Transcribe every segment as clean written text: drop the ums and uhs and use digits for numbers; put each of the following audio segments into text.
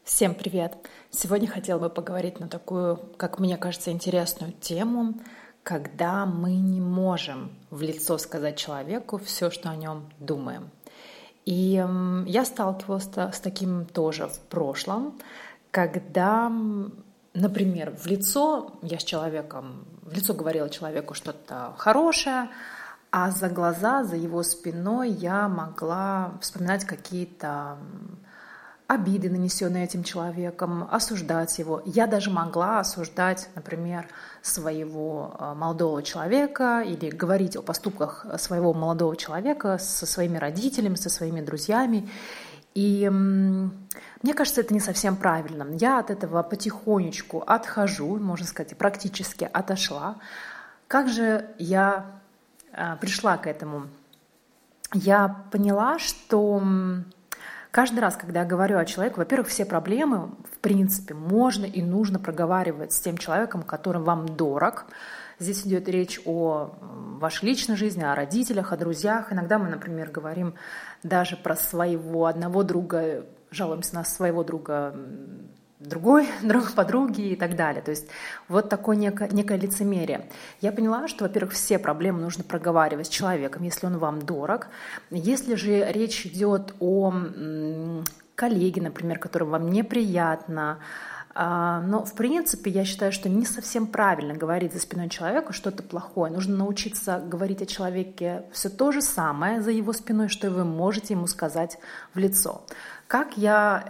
Всем привет! Сегодня хотела бы поговорить на такую, как мне кажется, интересную тему, когда мы не можем в лицо сказать человеку все, что о нем думаем. И я сталкивалась с таким тоже в прошлом, когда, например, я с человеком, в лицо говорила человеку что-то хорошее, а за глаза, за его спиной я могла вспоминать какие-то обиды, нанесенные этим человеком, осуждать его. Я даже могла осуждать, например, своего молодого человека или говорить о поступках своего молодого человека со своими родителями, со своими друзьями. И мне кажется, это не совсем правильно. Я от этого потихонечку отхожу, можно сказать, и практически отошла. Как же я пришла к этому? Я поняла, что каждый раз, когда я говорю о человеке, во-первых, все проблемы, в принципе, можно и нужно проговаривать с тем человеком, который вам дорог. Здесь идет речь о вашей личной жизни, о родителях, о друзьях. Иногда мы, например, говорим даже про своего одного друга, жалуемся на своего друга, другой друг подруги и так далее. То есть вот такое некое лицемерие. Я поняла, что, во-первых, все проблемы нужно проговаривать с человеком, если он вам дорог. Если же речь идет о коллеге, например, которому вам неприятно, но, в принципе, я считаю, что не совсем правильно говорить за спиной человека что-то плохое. Нужно научиться говорить о человеке все то же самое за его спиной, что и вы можете ему сказать в лицо. Как я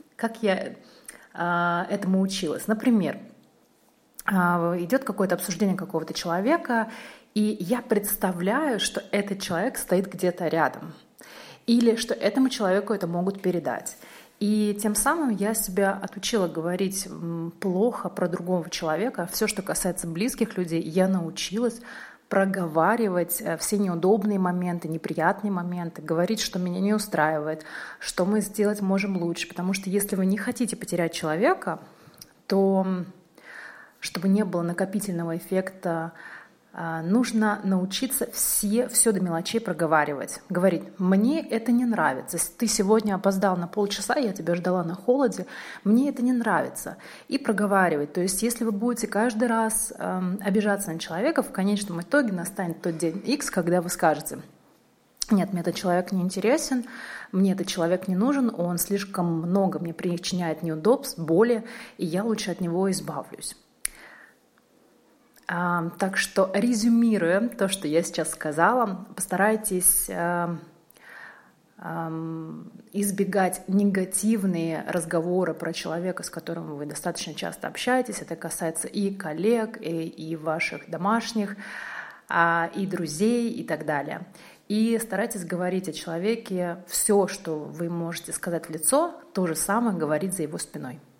этому училась. Например, идет какое-то обсуждение какого-то человека, и я представляю, что этот человек стоит где-то рядом, или что этому человеку это могут передать. И тем самым я себя отучила говорить плохо про другого человека. Все, что касается близких людей, я научилась проговаривать все неудобные моменты, неприятные моменты, говорить, что меня не устраивает, что мы сделать можем лучше. Потому что если вы не хотите потерять человека, то, чтобы не было накопительного эффекта, нужно научиться все до мелочей проговаривать. Говорить: мне это не нравится. Если ты сегодня опоздал на полчаса, я тебя ждала на холоде, мне это не нравится. И проговаривать. То есть если вы будете каждый раз обижаться на человека, в конечном итоге настанет тот день X, когда вы скажете: нет, мне этот человек не интересен, мне этот человек не нужен, он слишком много мне причиняет неудобств, боли, и я лучше от него избавлюсь. Так что, резюмируя то, что я сейчас сказала, постарайтесь избегать негативные разговоры про человека, с которым вы достаточно часто общаетесь. Это касается и коллег, и ваших домашних, и друзей, и так далее. И старайтесь говорить о человеке все, что вы можете сказать в лицо, то же самое говорить за его спиной.